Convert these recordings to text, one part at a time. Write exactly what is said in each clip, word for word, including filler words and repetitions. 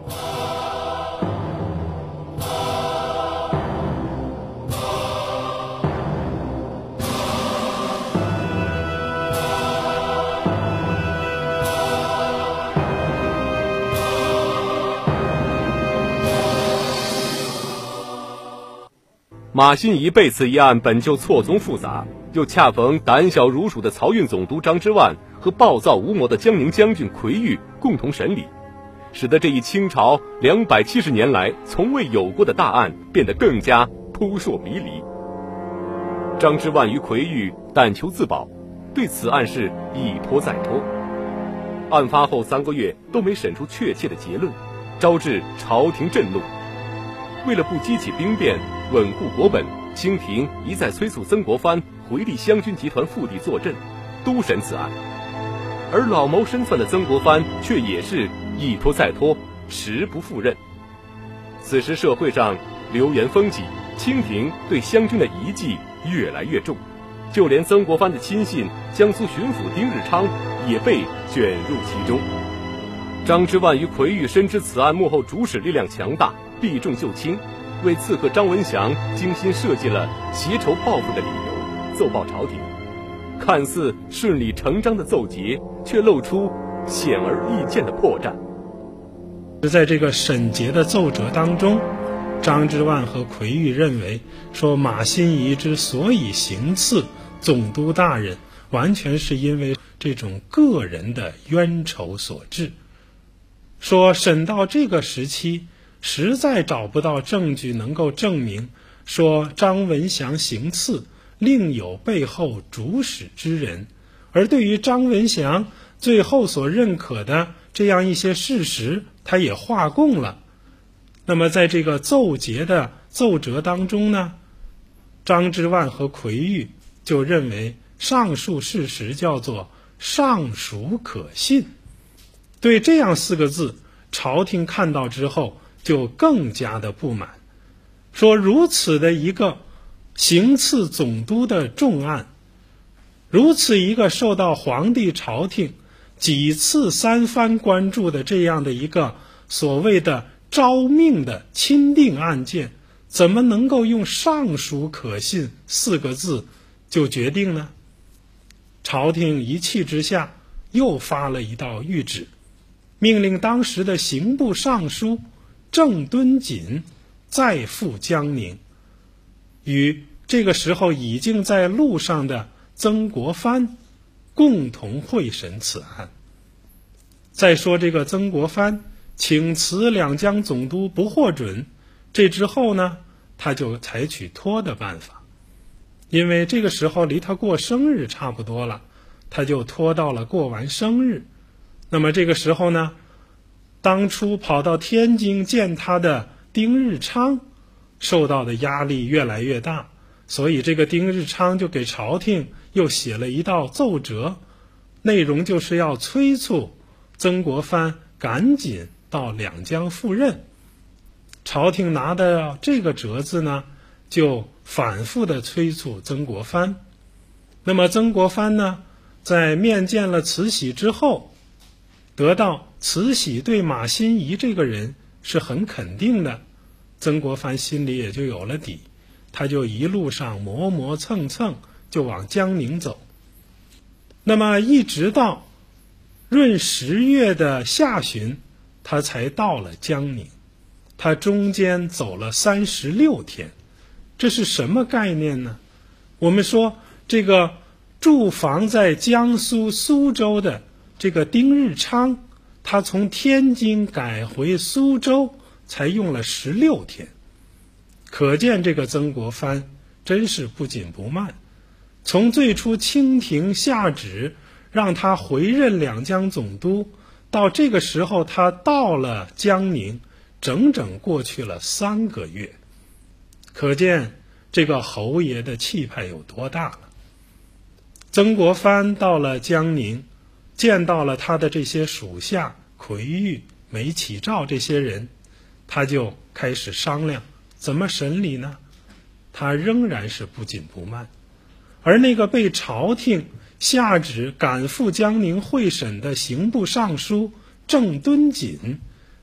马新贻被刺一案本就错综复杂，又恰逢胆小如鼠的漕运总督张之万和暴躁无谋的江宁将军奎玉共同审理，使得这一清朝两百七十年来从未有过的大案变得更加扑朔迷离。张之万与奎玉但求自保，对此案事一拖再拖，案发后三个月都没审出确切的结论，招致朝廷震怒。为了不激起兵变，稳固国本，清廷一再催促曾国藩回历湘军集团腹地坐镇，督审此案。而老谋深算的曾国藩却也是一拖再拖，迟不赴任。此时社会上流言风起，清廷对湘军的疑忌越来越重，就连曾国藩的亲信江苏巡抚丁日昌也被卷入其中。张之万与奎玉深知此案幕后主使力量强大，避重就轻，为刺客张文祥精心设计了挟仇报复的理由，奏报朝廷。看似顺理成章的奏捷，却露出显而易见的破绽。 在这个审结的奏折当中，张之万和奎玉认为说，马新贻之所以行刺总督大人，完全是因为这种个人的冤仇所致。说审到这个时期，实在找不到证据能够证明说张文祥行刺另有背后主使之人，而对于张文祥最后所认可的这样一些事实，他也画供了。那么在这个奏结的奏折当中呢，张之万和奎玉就认为上述事实叫做尚属可信。对这样四个字，朝廷看到之后就更加的不满，说如此的一个行刺总督的重案，如此一个受到皇帝朝廷几次三番关注的这样的一个所谓的招命的钦定案件，怎么能够用尚属可信四个字就决定呢？朝廷一气之下又发了一道谕旨，命令当时的刑部尚书郑敦锦再赴江宁，与这个时候已经在路上的曾国藩共同会审此案。再说这个曾国藩请辞两江总督不获准，这之后呢，他就采取拖的办法，因为这个时候离他过生日差不多了，他就拖到了过完生日。那么这个时候呢，当初跑到天津见他的丁日昌受到的压力越来越大，所以这个丁日昌就给朝廷又写了一道奏折，内容就是要催促曾国藩赶紧到两江赴任。朝廷拿的这个折子呢，就反复的催促曾国藩。那么曾国藩呢，在面见了慈禧之后，得到慈禧对马新贻这个人是很肯定的，曾国藩心里也就有了底，他就一路上磨磨蹭蹭就往江宁走。那么一直到闰十月的下旬，他才到了江宁，他中间走了三十六天。这是什么概念呢？我们说这个驻防在江苏苏州的这个丁日昌，他从天津改回苏州才用了十六天，可见这个曾国藩真是不紧不慢。从最初清廷下旨让他回任两江总督，到这个时候他到了江宁，整整过去了三个月，可见这个侯爷的气派有多大了。曾国藩到了江宁，见到了他的这些属下奎玉、梅启照这些人，他就开始商量怎么审理呢？他仍然是不紧不慢。而那个被朝廷下旨赶赴江宁会审的刑部尚书郑敦锦，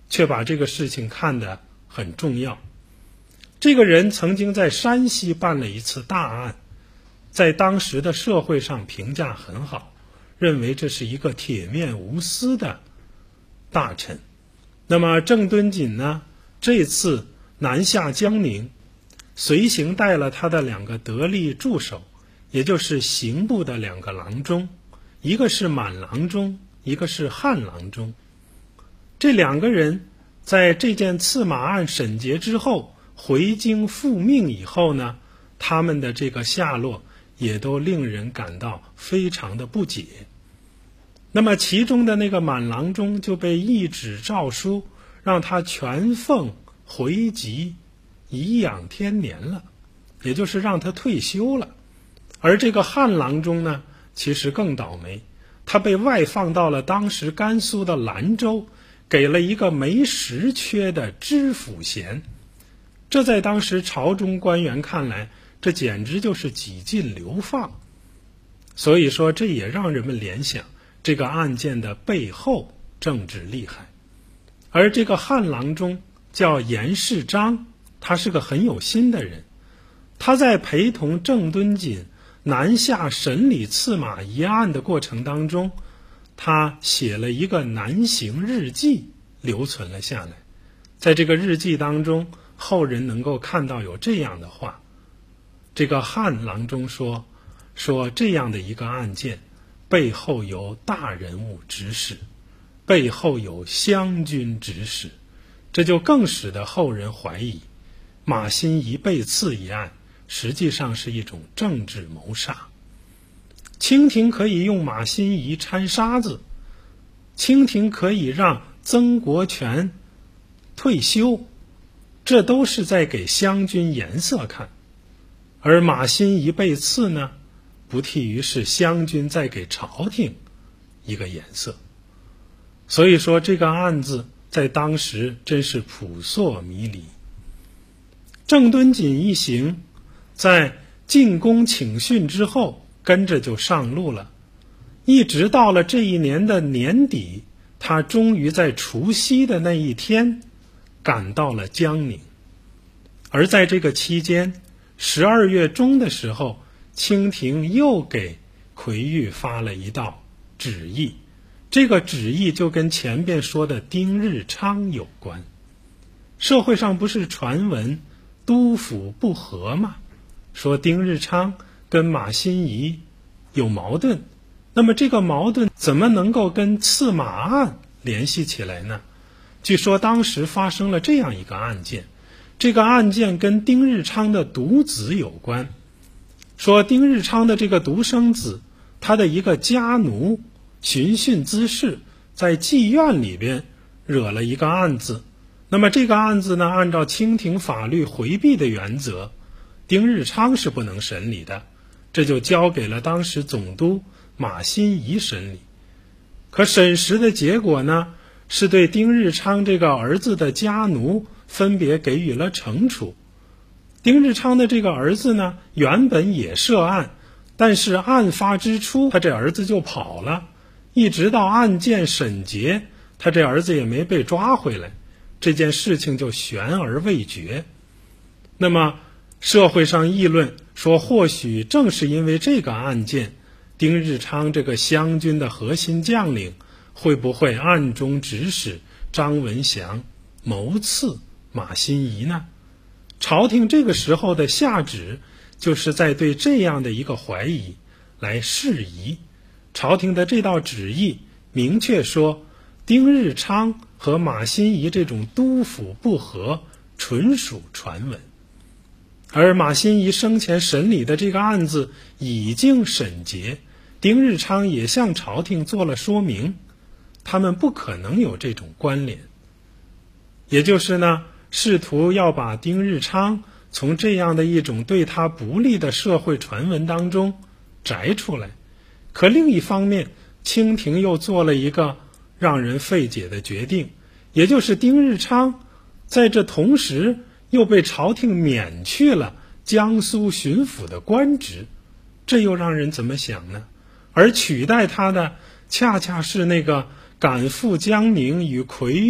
却把这个事情看得很重要。这个人曾经在山西办了一次大案，在当时的社会上评价很好，认为这是一个铁面无私的大臣。那么郑敦锦呢，这次南下江宁，随行带了他的两个得力助手，也就是刑部的两个郎中，一个是满郎中，一个是汉郎中。这两个人在这件刺马案审结之后回京复命以后呢，他们的这个下落也都令人感到非常的不解。那么其中的那个满郎中就被一纸诏书让他全俸回籍颐养天年了，也就是让他退休了。而这个汉郎中呢，其实更倒霉，他被外放到了当时甘肃的兰州，给了一个没实缺的知府衔。这在当时朝中官员看来，这简直就是几近流放。所以说这也让人们联想这个案件的背后政治厉害。而这个汉郎中叫严世章，他是个很有心的人。他在陪同郑敦锦南下审理刺马一案的过程当中，他写了一个南行日记留存了下来。在这个日记当中，后人能够看到有这样的话，这个汉郎中说说这样的一个案件背后有大人物指使，背后有湘军指使，这就更使得后人怀疑马新贻被刺一案实际上是一种政治谋杀。清廷可以用马新贻掺沙子，清廷可以让曾国荃退休，这都是在给湘军颜色看。而马新贻被刺呢，不倻于是湘军在给朝廷一个颜色。所以说这个案子在当时真是扑朔迷离。郑敦锦一行在进宫请训之后，跟着就上路了，一直到了这一年的年底，他终于在除夕的那一天赶到了江宁。而在这个期间，十二月中的时候，清廷又给奎玉发了一道旨意，这个旨意就跟前边说的丁日昌有关。社会上不是传闻督抚不和吗？说丁日昌跟马新贻有矛盾，那么这个矛盾怎么能够跟刺马案联系起来呢？据说当时发生了这样一个案件，这个案件跟丁日昌的独子有关。说丁日昌的这个独生子，他的一个家奴寻衅滋事，在妓院里边惹了一个案子。那么这个案子呢，按照清廷法律回避的原则，丁日昌是不能审理的，这就交给了当时总督马新贻审理。可审时的结果呢，是对丁日昌这个儿子的家奴分别给予了惩处。丁日昌的这个儿子呢，原本也涉案，但是案发之初他这儿子就跑了，一直到案件审结，他这儿子也没被抓回来，这件事情就悬而未决。那么社会上议论说，或许正是因为这个案件，丁日昌这个湘军的核心将领会不会暗中指使张文祥谋刺马新贻呢？朝廷这个时候的下旨，就是在对这样的一个怀疑来释疑。朝廷的这道旨意明确说，丁日昌和马新贻这种督抚不和纯属传闻。而马新贻生前审理的这个案子已经审结，丁日昌也向朝廷做了说明，他们不可能有这种关联。也就是呢，试图要把丁日昌从这样的一种对他不利的社会传闻当中摘出来。可另一方面，清廷又做了一个让人费解的决定，也就是丁日昌在这同时又被朝廷免去了江苏巡抚的官职，这又让人怎么想呢？而取代他的恰恰是那个赶赴江宁与奎玉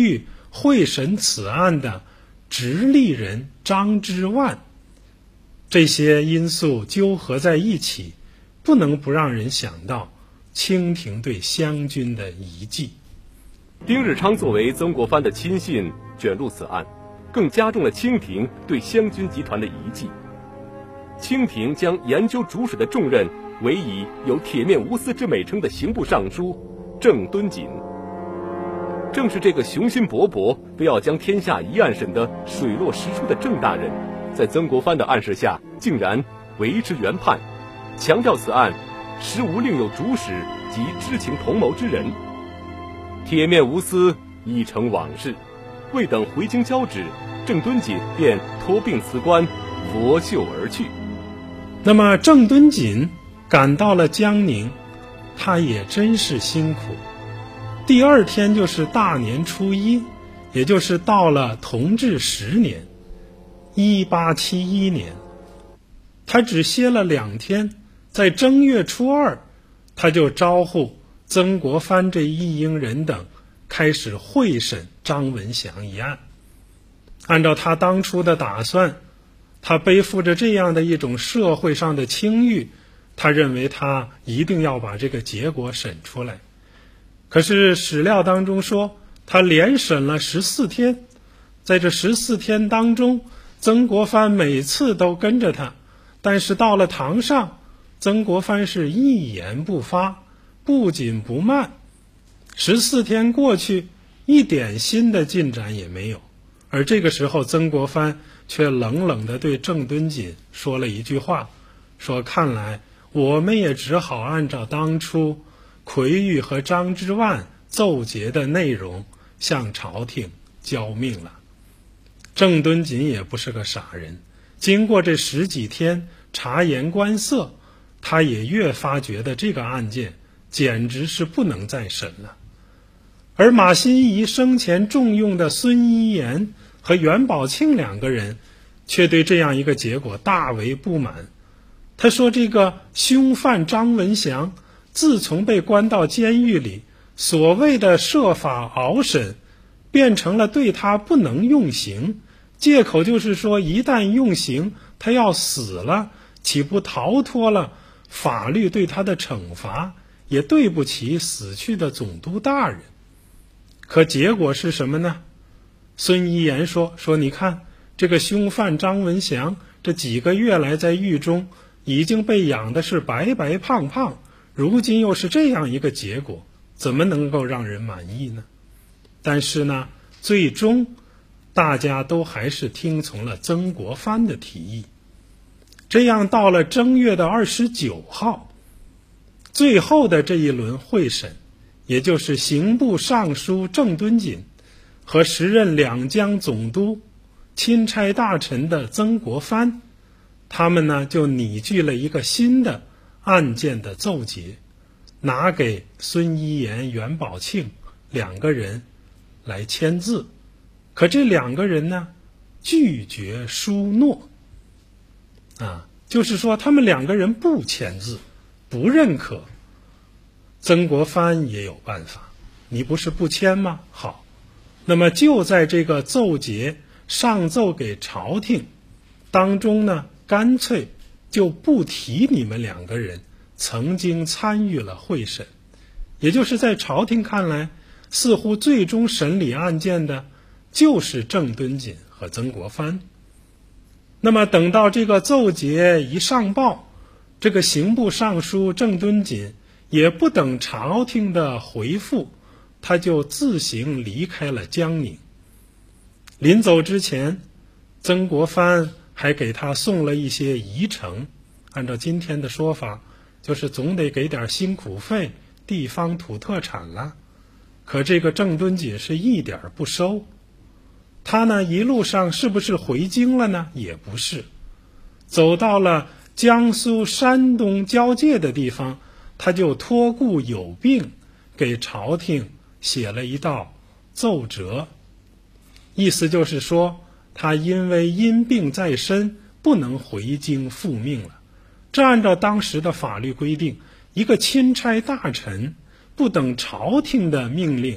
会审此案的直隶人张之万。这些因素纠合在一起，不能不让人想到清廷对湘军的疑忌。 丁日昌作为曾国藩的亲信卷入此案，更加重了清廷对湘军集团的疑忌。清廷将研究主使的重任委以有铁面无私之美称的刑部尚书郑敦锦。正是这个雄心勃勃非要将天下一案审得水落石出的郑大人，在曾国藩的暗示下竟然维持原判，强调此案实无另有主使及知情同谋之人。铁面无私已成往事，未等回京交旨，郑敦锦便托病辞官，拂袖而去。 那么郑敦锦赶到了江宁，他也真是辛苦。第二天就是大年初一，也就是到了同治十年一八七一年，他只歇了两天，在正月初二，他就招呼曾国藩这一应人等开始会审张文祥一案。按照他当初的打算，他背负着这样的一种社会上的清誉，他认为他一定要把这个结果审出来。可是史料当中说，他连审了十四天，在这十四天当中，曾国藩每次都跟着他，但是到了堂上，曾国藩是一言不发，不紧不慢。十四天过去，一点新的进展也没有。而这个时候，曾国藩却冷冷地对郑敦锦说了一句话，说看来我们也只好按照当初奎玉和张之万奏结的内容向朝廷交命了。郑敦锦也不是个傻人，经过这十几天察言观色，他也越发觉得这个案件简直是不能再审了。而马新贻生前重用的孙一言和袁宝庆两个人却对这样一个结果大为不满。他说这个凶犯张文祥自从被关到监狱里，所谓的设法熬审变成了对他不能用刑，借口就是说一旦用刑他要死了，岂不逃脱了法律对他的惩罚，也对不起死去的总督大人。可结果是什么呢？孙一言说说你看这个凶犯张文祥这几个月来在狱中已经被养的是白白胖胖，如今又是这样一个结果，怎么能够让人满意呢？但是呢，最终大家都还是听从了曾国藩的提议。这样到了正月的二十九号，最后的这一轮会审，也就是刑部尚书郑敦锦和时任两江总督钦差大臣的曾国藩，他们呢就拟具了一个新的案件的奏结，拿给孙一言、袁宝庆两个人来签字。可这两个人呢拒绝书诺啊，就是说他们两个人不签字，不认可。曾国藩也有办法，你不是不签吗？好，那么就在这个奏结上奏给朝廷当中呢，干脆就不提你们两个人曾经参与了会审。也就是在朝廷看来，似乎最终审理案件的就是郑敦锦和曾国藩。那么等到这个奏结一上报，这个刑部尚书郑敦锦也不等朝廷的回复，他就自行离开了江宁。临走之前，曾国藩还给他送了一些遗呈，按照今天的说法，就是总得给点辛苦费、地方土特产了。可这个郑敦锦是一点不收。他呢一路上是不是回京了呢？也不是，走到了江苏山东交界的地方，他就托故有病，给朝廷写了一道奏折，意思就是说他因为因病在身，不能回京复命了。这按照当时的法律规定，一个钦差大臣不等朝廷的命令，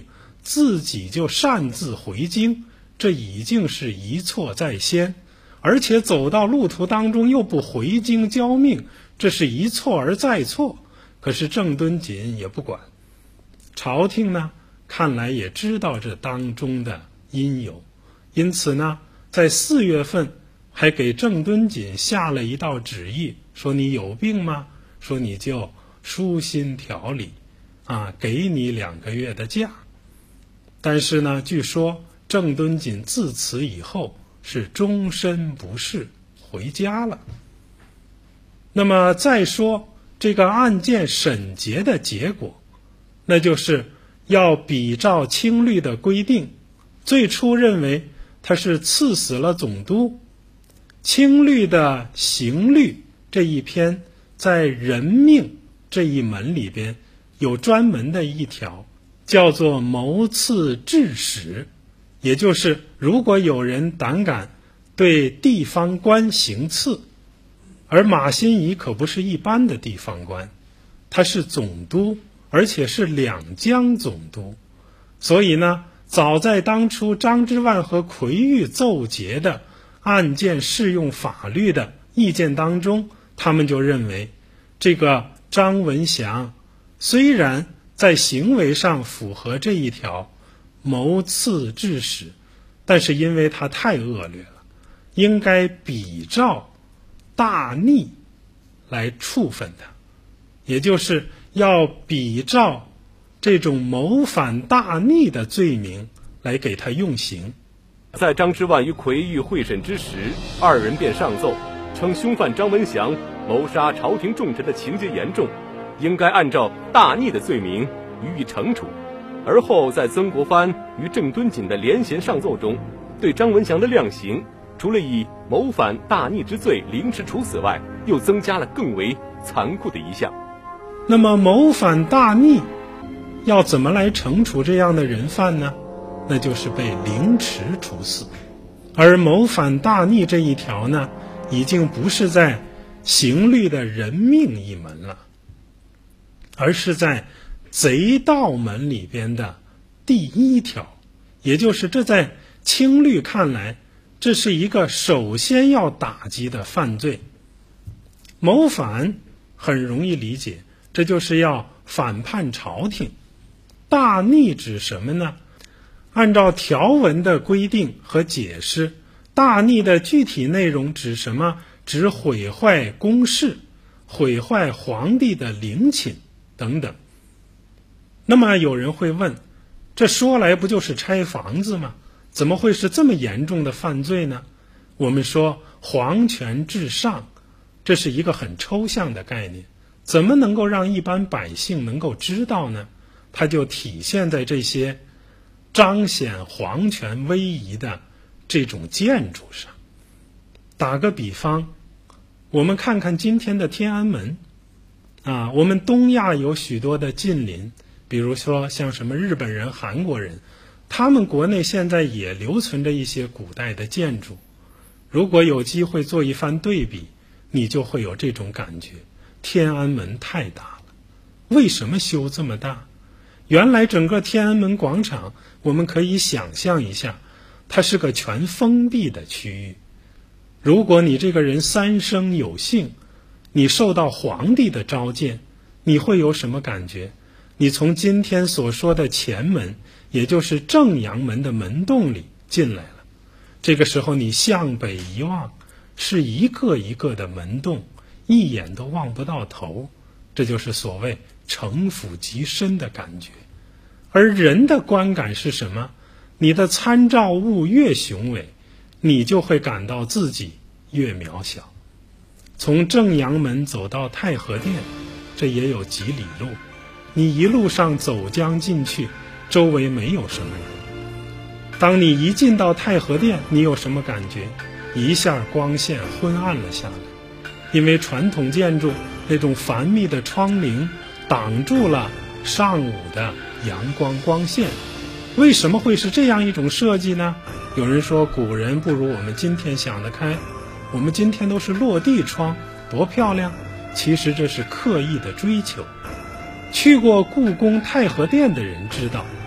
自己就擅自回京，这已经是一错在先，而且走到路途当中又不回京交命，这是一错而再错。可是郑敦锦也不管，朝廷呢看来也知道这当中的因由，因此呢在四月份还给郑敦锦下了一道旨意，说你有病吗？说你就舒心调理啊，给你两个月的假。但是呢，据说郑敦锦自此以后是终身不仕，回家了。那么再说这个案件审结的结果，那就是要比照清律的规定，最初认为他是赐死了总督。清律的刑律这一篇在人命这一门里边有专门的一条，叫做谋刺致使，也就是如果有人胆敢对地方官行刺，而马新贻可不是一般的地方官，他是总督，而且是两江总督。所以呢，早在当初张之万和奎玉奏结的案件适用法律的意见当中，他们就认为这个张文祥虽然在行为上符合这一条谋刺致使，但是因为他太恶劣了，应该比照大逆来处分他，也就是要比照这种谋反大逆的罪名来给他用刑。 在张之万与奎玉会审之时，二人便上奏称凶犯张文祥谋杀朝廷重臣的情节严重，应该按照大逆的罪名予以惩处。而后在曾国藩与郑敦锦的联衔上奏中，对张文祥的量刑除了以谋反大逆之罪凌迟处死外，又增加了更为残酷的一项。 那么谋反大逆要怎么来惩处这样的人犯呢？那就是被凌迟处死。而谋反大逆这一条呢，已经不是在刑律的人命一门了，而是在贼盗门里边的第一条，也就是这在清律看来，这是一个首先要打击的犯罪。谋反很容易理解，这就是要反叛朝廷。大逆指什么呢？按照条文的规定和解释，大逆的具体内容指什么？指毁坏宫室，毁坏皇帝的陵寝等等。那么有人会问，这说来不就是拆房子吗？怎么会是这么严重的犯罪呢？我们说皇权至上，这是一个很抽象的概念，怎么能够让一般百姓能够知道呢？它就体现在这些彰显皇权威仪的这种建筑上。打个比方，我们看看今天的天安门啊，我们东亚有许多的近邻，比如说像什么日本人、韩国人，他们国内现在也留存着一些古代的建筑。如果有机会做一番对比，你就会有这种感觉，天安门太大了。为什么修这么大？原来整个天安门广场，我们可以想象一下，它是个全封闭的区域。如果你这个人三生有幸，你受到皇帝的召见，你会有什么感觉？你从今天所说的前门，也就是正阳门的门洞里进来了。这个时候你向北一望，是一个一个的门洞，一眼都望不到头，这就是所谓城府极深的感觉。而人的观感是什么？你的参照物越雄伟，你就会感到自己越渺小。从正阳门走到太和殿，这也有几里路，你一路上走将进去，周围没有什么人。当你一进到太和殿，你有什么感觉？一下光线昏暗了下来，因为传统建筑那种繁密的窗棂挡住了上午的阳光光线。为什么会是这样一种设计呢？有人说古人不如我们今天想得开，我们今天都是落地窗，多漂亮。其实这是刻意的追求。去过故宫太和殿的人知道，太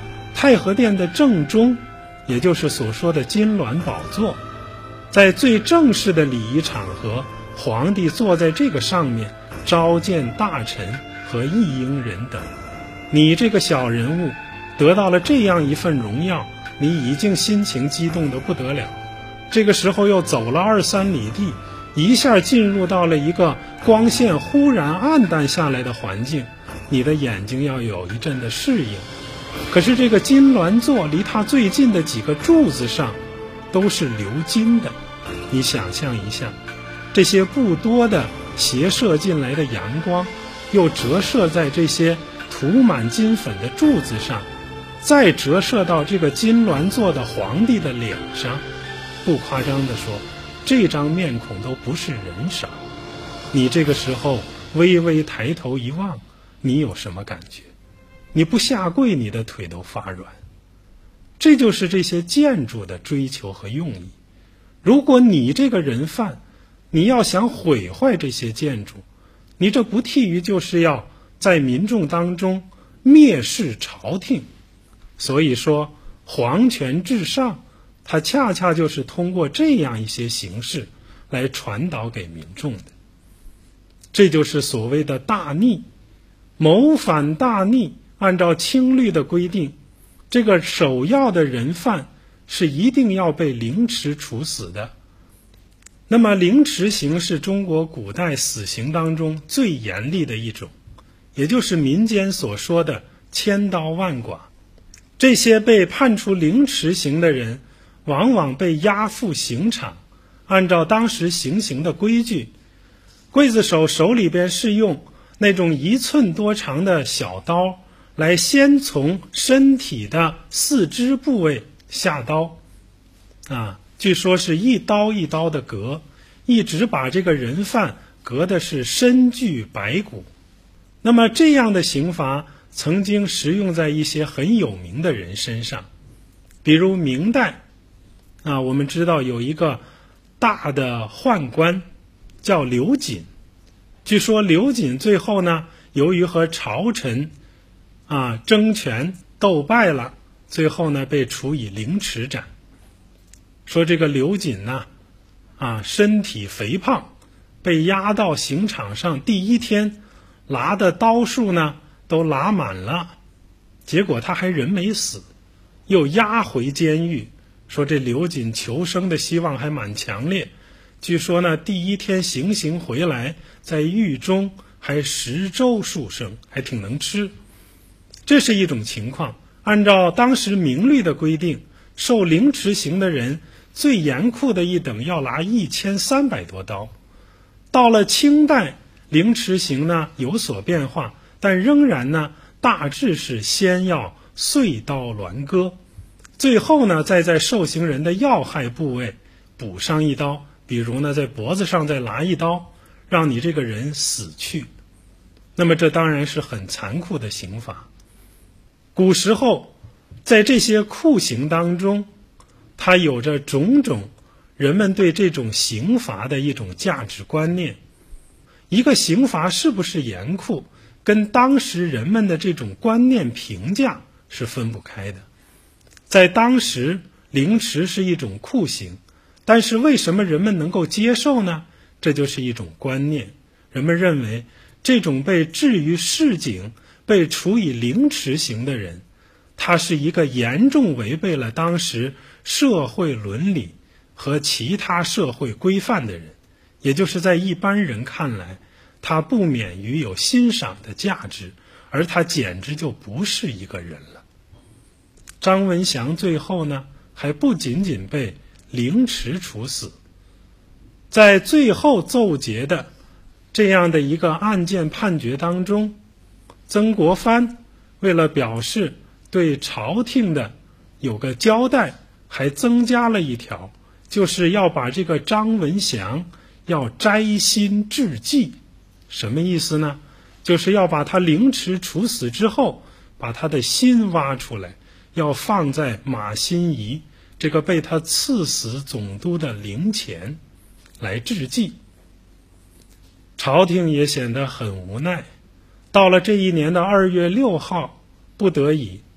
太和殿的正中，也就是所说的金銮宝座，在最正式的礼仪场合，皇帝坐在这个上面，召见大臣和议英人等。你这个小人物得到了这样一份荣耀，你已经心情激动得不得了。这个时候又走了二三里地，一下进入到了一个光线忽然暗淡下来的环境，你的眼睛要有一阵的适应。可是这个金銮座离它最近的几个柱子上都是鎏金的，你想象一下，这些不多的斜射进来的阳光又折射在这些涂满金粉的柱子上，再折射到这个金銮座的皇帝的脸上，不夸张地说，这张面孔都不是人少。你这个时候微微抬头一望，你有什么感觉？你不下跪，你的腿都发软。这就是这些建筑的追求和用意。如果你这个人犯，你要想毁坏这些建筑，你这不倻于就是要在民众当中蔑视朝廷。所以说皇权至上，它恰恰就是通过这样一些形式来传导给民众的。这就是所谓的大逆，谋反大逆。按照清律的规定，这个首要的人犯是一定要被凌迟处死的。那么凌迟刑是中国古代死刑当中最严厉的一种，也就是民间所说的千刀万剐。这些被判处凌迟刑的人往往被押赴刑场，按照当时行刑的规矩，刽子手手里边是用那种一寸多长的小刀来先从身体的四肢部位下刀，啊，据说是一刀一刀的割，一直把这个人犯割的是身具白骨。那么这样的刑罚曾经实用在一些很有名的人身上，比如明代啊，我们知道有一个大的宦官叫刘瑾，据说刘瑾最后呢，由于和朝臣啊争权斗败了，最后呢被处以凌迟斩。说这个刘瑾呢啊身体肥胖，被押到刑场上第一天拉的刀数呢都拉满了，结果他还人没死，又押回监狱。说这刘瑾求生的希望还蛮强烈，据说呢第一天行刑回来，在狱中还食粥数升，还挺能吃。这是一种情况。按照当时明律的规定，受凌迟刑的人最严酷的一等要拿一千三百多刀。到了清代，凌迟刑呢有所变化，但仍然呢大致是先要碎刀栾割，最后呢再在受刑人的要害部位补上一刀，比如呢在脖子上再拿一刀，让你这个人死去。那么这当然是很残酷的刑罚。古时候在这些酷刑当中，它有着种种人们对这种刑罚的一种价值观念。一个刑罚是不是严酷，跟当时人们的这种观念评价是分不开的。在当时凌迟是一种酷刑，但是为什么人们能够接受呢？这就是一种观念。人们认为这种被置于市井，被处以凌迟刑的人，他是一个严重违背了当时社会伦理和其他社会规范的人，也就是在一般人看来，他不免于有欣赏的价值，而他简直就不是一个人了。张文祥最后呢，还不仅仅被凌迟处死，在最后奏结的这样的一个案件判决当中，曾国藩为了表示对朝廷的有个交代，还增加了一条，就是要把这个张文祥要摘心治祭。什么意思呢？就是要把他凌迟处死之后，把他的心挖出来，要放在马新贻这个被他赐死总督的灵前来治祭。朝廷也显得很无奈，到了这一年的二月六号，不得已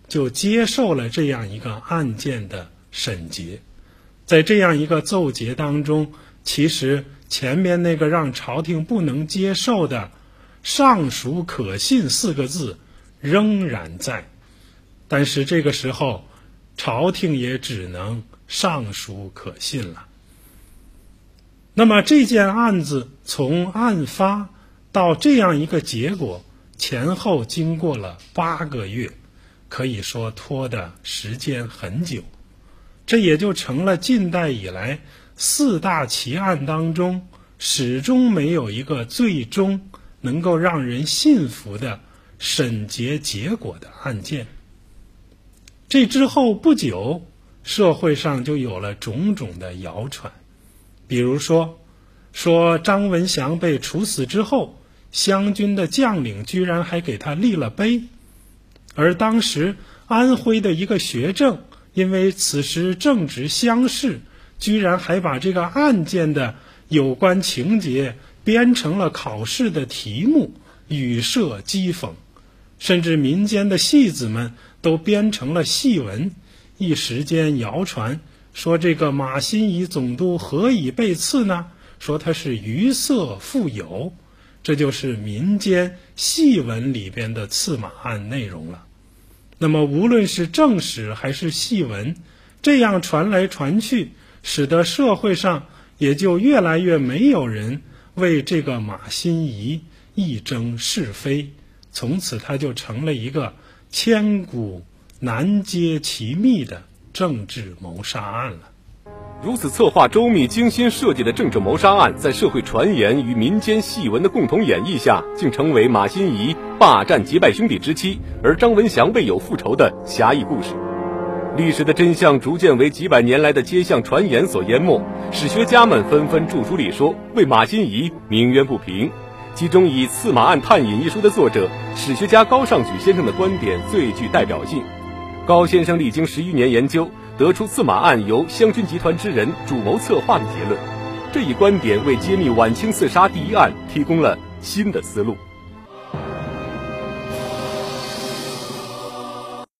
就接受了这样一个案件的审结。在这样一个奏结当中，其实前面那个让朝廷不能接受的尚属可信四个字仍然在，但是这个时候朝廷也只能尚属可信了。那么这件案子从案发到这样一个结果，前后经过了八个月，可以说拖的时间很久。这也就成了近代以来四大奇案当中始终没有一个最终能够让人信服的审结结果的案件。这之后不久，社会上就有了种种的谣传，比如说说张文祥被处死之后，湘军的将领居然还给他立了碑，而当时安徽的一个学政因为此时正值乡试，居然还把这个案件的有关情节编成了考试的题目，语设讥讽，甚至民间的戏子们都编成了戏文。一时间谣传说这个马新贻总督何以被刺呢？说他是鱼色富有，这就是民间戏文里边的刺马案内容了。那么无论是正史还是戏文，这样传来传去，使得社会上也就越来越没有人为这个马新贻一争是非，从此他就成了一个千古难揭其秘的政治谋杀案了。 如此策划周密、精心设计的政治谋杀案，在社会传言与民间戏文的共同演绎下，竟成为马新贻霸占结拜兄弟之妻，而张文祥未有复仇的侠义故事。历史的真相逐渐为几百年来的街巷传言所淹没，史学家们纷纷著书立说，为马新贻鸣冤不平。其中以《刺马案探引》一书的作者史学家高尚举先生的观点最具代表性。高先生历经十余年研究，得出刺马案由湘军集团之人主谋策划的结论。这一观点为揭秘晚清刺杀第一案提供了新的思路。